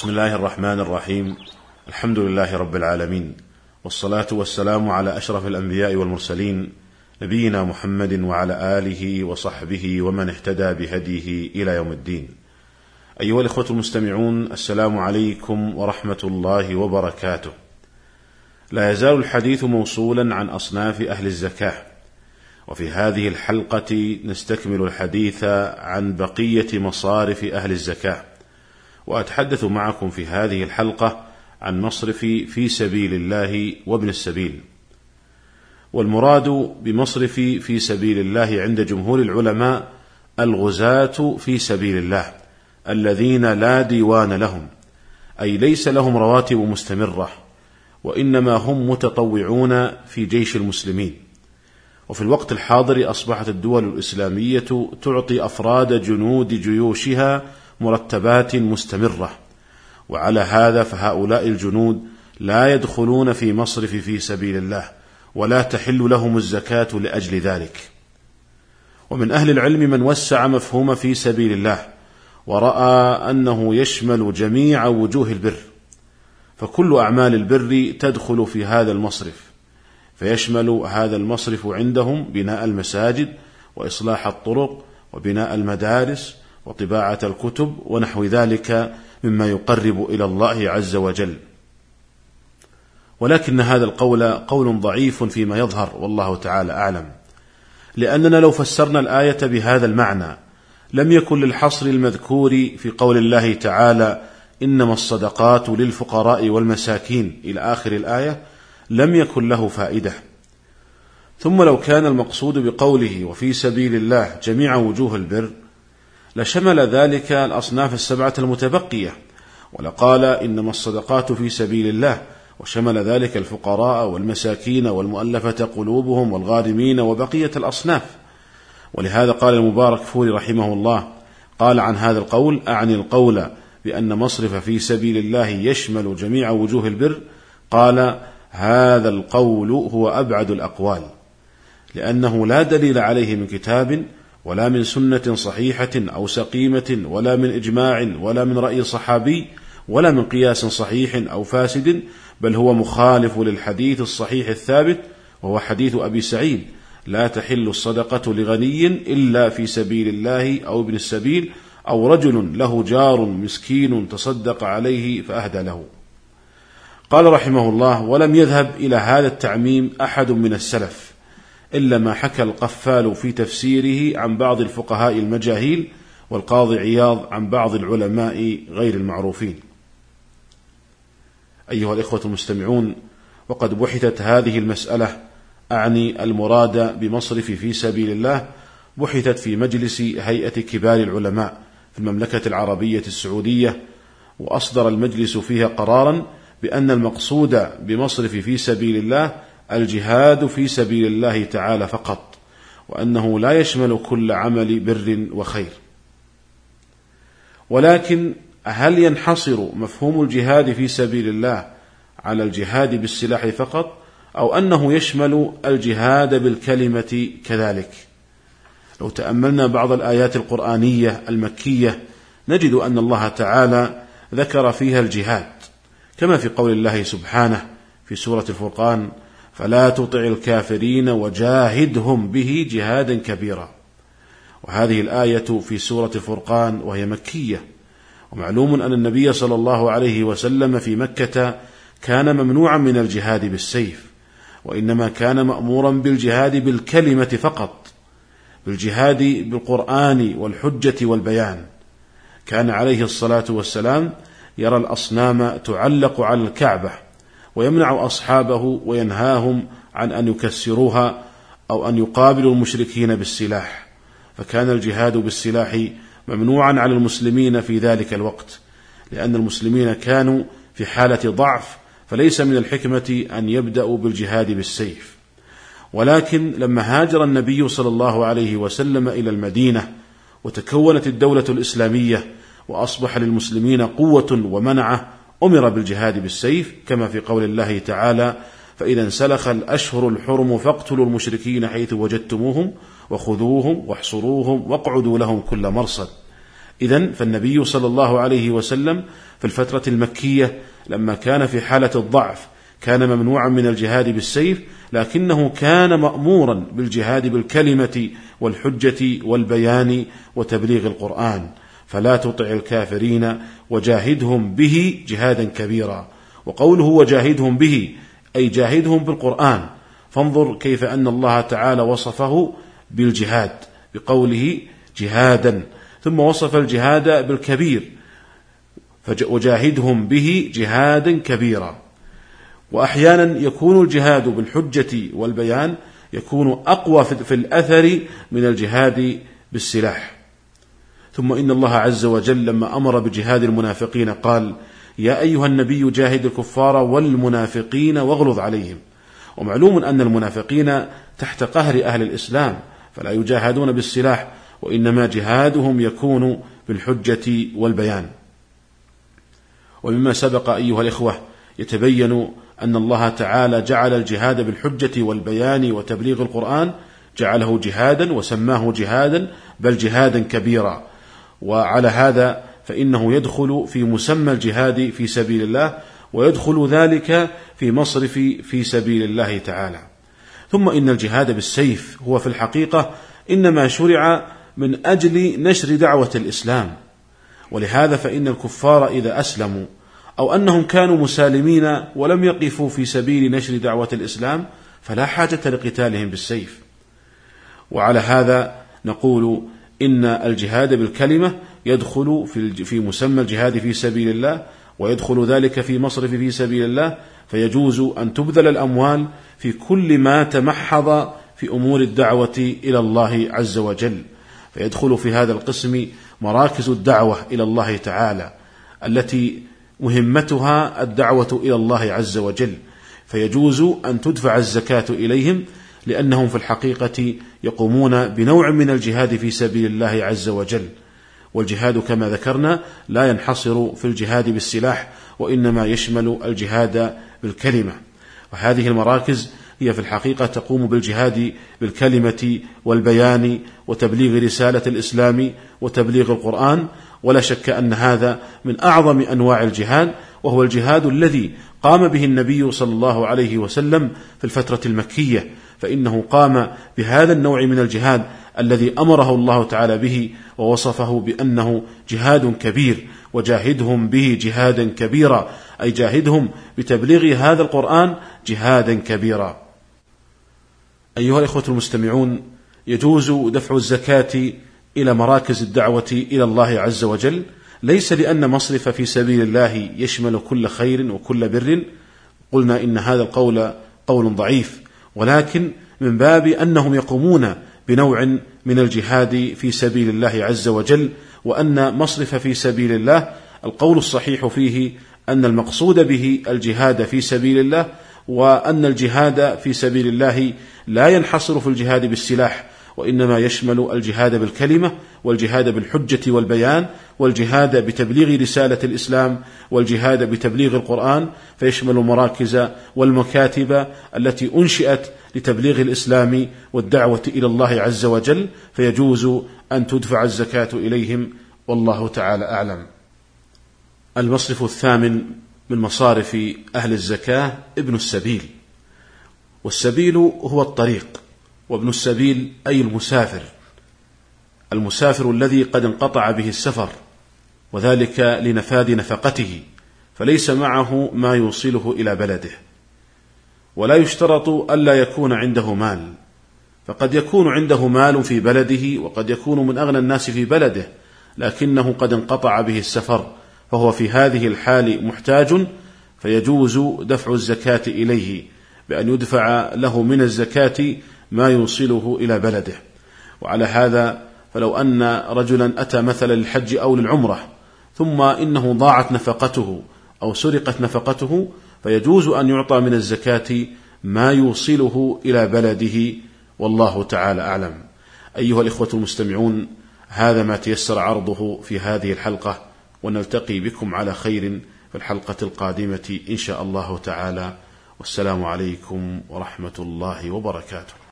بسم الله الرحمن الرحيم. الحمد لله رب العالمين، والصلاة والسلام على أشرف الأنبياء والمرسلين، نبينا محمد وعلى آله وصحبه ومن اهتدى بهديه إلى يوم الدين. أيها الإخوة المستمعون، السلام عليكم ورحمة الله وبركاته. لا يزال الحديث موصولا عن أصناف أهل الزكاة، وفي هذه الحلقة نستكمل الحديث عن بقية مصارف أهل الزكاة، وأتحدث معكم في هذه الحلقة عن مصرف في سبيل الله وابن السبيل. والمراد بمصرف في سبيل الله عند جمهور العلماء الغزاة في سبيل الله الذين لا ديوان لهم، أي ليس لهم رواتب مستمرة، وإنما هم متطوعون في جيش المسلمين. وفي الوقت الحاضر أصبحت الدول الإسلامية تعطي أفراد جنود جيوشها مرتبات مستمرة، وعلى هذا فهؤلاء الجنود لا يدخلون في مصرف في سبيل الله، ولا تحل لهم الزكاة لأجل ذلك. ومن أهل العلم من وسع مفهوم في سبيل الله ورأى أنه يشمل جميع وجوه البر، فكل أعمال البر تدخل في هذا المصرف، فيشمل هذا المصرف عندهم بناء المساجد وإصلاح الطرق وبناء المدارس وطباعة الكتب ونحو ذلك مما يقرب إلى الله عز وجل. ولكن هذا القول قول ضعيف فيما يظهر، والله تعالى أعلم، لأننا لو فسرنا الآية بهذا المعنى لم يكن للحصر المذكور في قول الله تعالى إنما الصدقات للفقراء والمساكين إلى آخر الآية لم يكن له فائدة. ثم لو كان المقصود بقوله وفي سبيل الله جميع وجوه البر لشمل ذلك الأصناف السبعة المتبقية، ولقال إنما الصدقات في سبيل الله، وشمل ذلك الفقراء والمساكين والمؤلفة قلوبهم والغارمين وبقية الأصناف. ولهذا قال المبارك فوري رحمه الله قال عن هذا القول: أعني القول بأن مصرف في سبيل الله يشمل جميع وجوه البر، قال: هذا القول هو أبعد الأقوال، لأنه لا دليل عليه من كتاب ولا من سنة صحيحة أو سقيمة ولا من إجماع ولا من رأي صحابي ولا من قياس صحيح أو فاسد، بل هو مخالف للحديث الصحيح الثابت، وهو حديث أبي سعيد: لا تحل الصدقة لغني إلا في سبيل الله أو ابن السبيل أو رجل له جار مسكين تصدق عليه فأهدى له. قال رحمه الله: ولم يذهب إلى هذا التعميم أحد من السلف إلا ما حكى القفال في تفسيره عن بعض الفقهاء المجاهيل، والقاضي عياض عن بعض العلماء غير المعروفين. أيها الإخوة المستمعون، وقد بحثت هذه المسألة، أعني المراد بمصرف في سبيل الله، بحثت في مجلس هيئة كبار العلماء في المملكة العربية السعودية، وأصدر المجلس فيها قرارا بأن المقصود بمصرف في سبيل الله الجهاد في سبيل الله تعالى فقط، وأنه لا يشمل كل عمل بر وخير. ولكن هل ينحصر مفهوم الجهاد في سبيل الله على الجهاد بالسلاح فقط، أو أنه يشمل الجهاد بالكلمة كذلك؟ لو تأملنا بعض الآيات القرآنية المكية نجد أن الله تعالى ذكر فيها الجهاد، كما في قول الله سبحانه في سورة الفرقان: فلا تطع الكافرين وجاهدهم به جهادا كبيرا. وهذه الآية في سورة الفرقان وهي مكية، ومعلوم أن النبي صلى الله عليه وسلم في مكة كان ممنوعا من الجهاد بالسيف، وإنما كان مأمورا بالجهاد بالكلمة فقط، بالجهاد بالقرآن والحجة والبيان. كان عليه الصلاة والسلام يرى الأصنام تعلق على الكعبة ويمنع أصحابه وينهاهم عن أن يكسروها أو أن يقابلوا المشركين بالسلاح، فكان الجهاد بالسلاح ممنوعا على المسلمين في ذلك الوقت، لأن المسلمين كانوا في حالة ضعف، فليس من الحكمة أن يبدأوا بالجهاد بالسيف. ولكن لما هاجر النبي صلى الله عليه وسلم إلى المدينة وتكونت الدولة الإسلامية وأصبح للمسلمين قوة ومنعة، أمر بالجهاد بالسيف، كما في قول الله تعالى: فإذا انسلخ الأشهر الحرم فاقتلوا المشركين حيث وجدتموهم وخذوهم واحصروهم واقعدوا لهم كل مرصد. إذن فالنبي صلى الله عليه وسلم في الفترة المكية لما كان في حالة الضعف كان ممنوعا من الجهاد بالسيف، لكنه كان مأمورا بالجهاد بالكلمة والحجة والبيان وتبليغ القرآن. فلا تطع الكافرين وجاهدهم به جهادا كبيرا. وقوله وجاهدهم به أي جاهدهم بالقرآن. فانظر كيف أن الله تعالى وصفه بالجهاد بقوله جهادا، ثم وصف الجهاد بالكبير وجاهدهم به جهادا كبيرا. وأحيانا يكون الجهاد بالحجة والبيان يكون أقوى في الأثر من الجهاد بالسلاح. ثم إن الله عز وجل لما أمر بجهاد المنافقين قال يا أيها النبي جاهد الكفار والمنافقين واغلظ عليهم. ومعلوم أن المنافقين تحت قهر أهل الإسلام فلا يجاهدون بالسلاح، وإنما جهادهم يكون بالحجة والبيان. ومما سبق أيها الإخوة يتبين أن الله تعالى جعل الجهاد بالحجة والبيان وتبليغ القرآن جعله جهادا وسماه جهادا، بل جهادا كبيرا. وعلى هذا فإنه يدخل في مسمى الجهاد في سبيل الله، ويدخل ذلك في مصرف في سبيل الله تعالى. ثم إن الجهاد بالسيف هو في الحقيقة إنما شرع من أجل نشر دعوة الإسلام. ولهذا فإن الكفار إذا أسلموا أو أنهم كانوا مسالمين ولم يقفوا في سبيل نشر دعوة الإسلام فلا حاجة لقتالهم بالسيف. وعلى هذا نقول إن الجهاد بالكلمة يدخل في مسمى الجهاد في سبيل الله، ويدخل ذلك في مصرف في سبيل الله، فيجوز أن تبذل الأموال في كل ما تمحض في أمور الدعوة إلى الله عز وجل. فيدخل في هذا القسم مراكز الدعوة إلى الله تعالى التي مهمتها الدعوة إلى الله عز وجل، فيجوز أن تدفع الزكاة إليهم لأنهم في الحقيقة يقومون بنوع من الجهاد في سبيل الله عز وجل. والجهاد كما ذكرنا لا ينحصر في الجهاد بالسلاح، وإنما يشمل الجهاد بالكلمة. وهذه المراكز هي في الحقيقة تقوم بالجهاد بالكلمة والبيان وتبليغ رسالة الإسلام وتبليغ القرآن. ولا شك أن هذا من أعظم أنواع الجهاد، وهو الجهاد الذي قام به النبي صلى الله عليه وسلم في الفترة المكية، فإنه قام بهذا النوع من الجهاد الذي أمره الله تعالى به ووصفه بأنه جهاد كبير. وجاهدهم به جهادا كبيرا أي جاهدهم بتبليغ هذا القرآن جهادا كبيرا. أيها الإخوة المستمعون، يجوز دفع الزكاة إلى مراكز الدعوة إلى الله عز وجل، ليس لأن مصرف في سبيل الله يشمل كل خير وكل بر، قلنا إن هذا القول قول ضعيف، ولكن من باب أنهم يقومون بنوع من الجهاد في سبيل الله عز وجل. وأن مصرف في سبيل الله القول الصحيح فيه أن المقصود به الجهاد في سبيل الله، وأن الجهاد في سبيل الله لا ينحصر في الجهاد بالسلاح، وإنما يشمل الجهاد بالكلمة والجهاد بالحجة والبيان والجهاد بتبليغ رسالة الإسلام والجهاد بتبليغ القرآن، فيشمل المراكز والمكاتب التي أنشئت لتبليغ الإسلام والدعوة إلى الله عز وجل، فيجوز أن تدفع الزكاة إليهم، والله تعالى أعلم. المصرف الثامن من مصارف أهل الزكاة ابن السبيل. والسبيل هو الطريق، وابن السبيل أي المسافر الذي قد انقطع به السفر، وذلك لنفاد نفقته، فليس معه ما يوصله إلى بلده. ولا يشترط ألا يكون عنده مال، فقد يكون عنده مال في بلده وقد يكون من أغنى الناس في بلده، لكنه قد انقطع به السفر، فهو في هذه الحال محتاج، فيجوز دفع الزكاة إليه بأن يدفع له من الزكاة ما يوصله إلى بلده. وعلى هذا فلو أن رجلا أتى مثلا للحج أو للعمرة ثم إنه ضاعت نفقته أو سرقت نفقته، فيجوز أن يعطى من الزكاة ما يوصله إلى بلده، والله تعالى أعلم. أيها الإخوة المستمعون، هذا ما تيسر عرضه في هذه الحلقة، ونلتقي بكم على خير في الحلقة القادمة إن شاء الله تعالى، والسلام عليكم ورحمة الله وبركاته.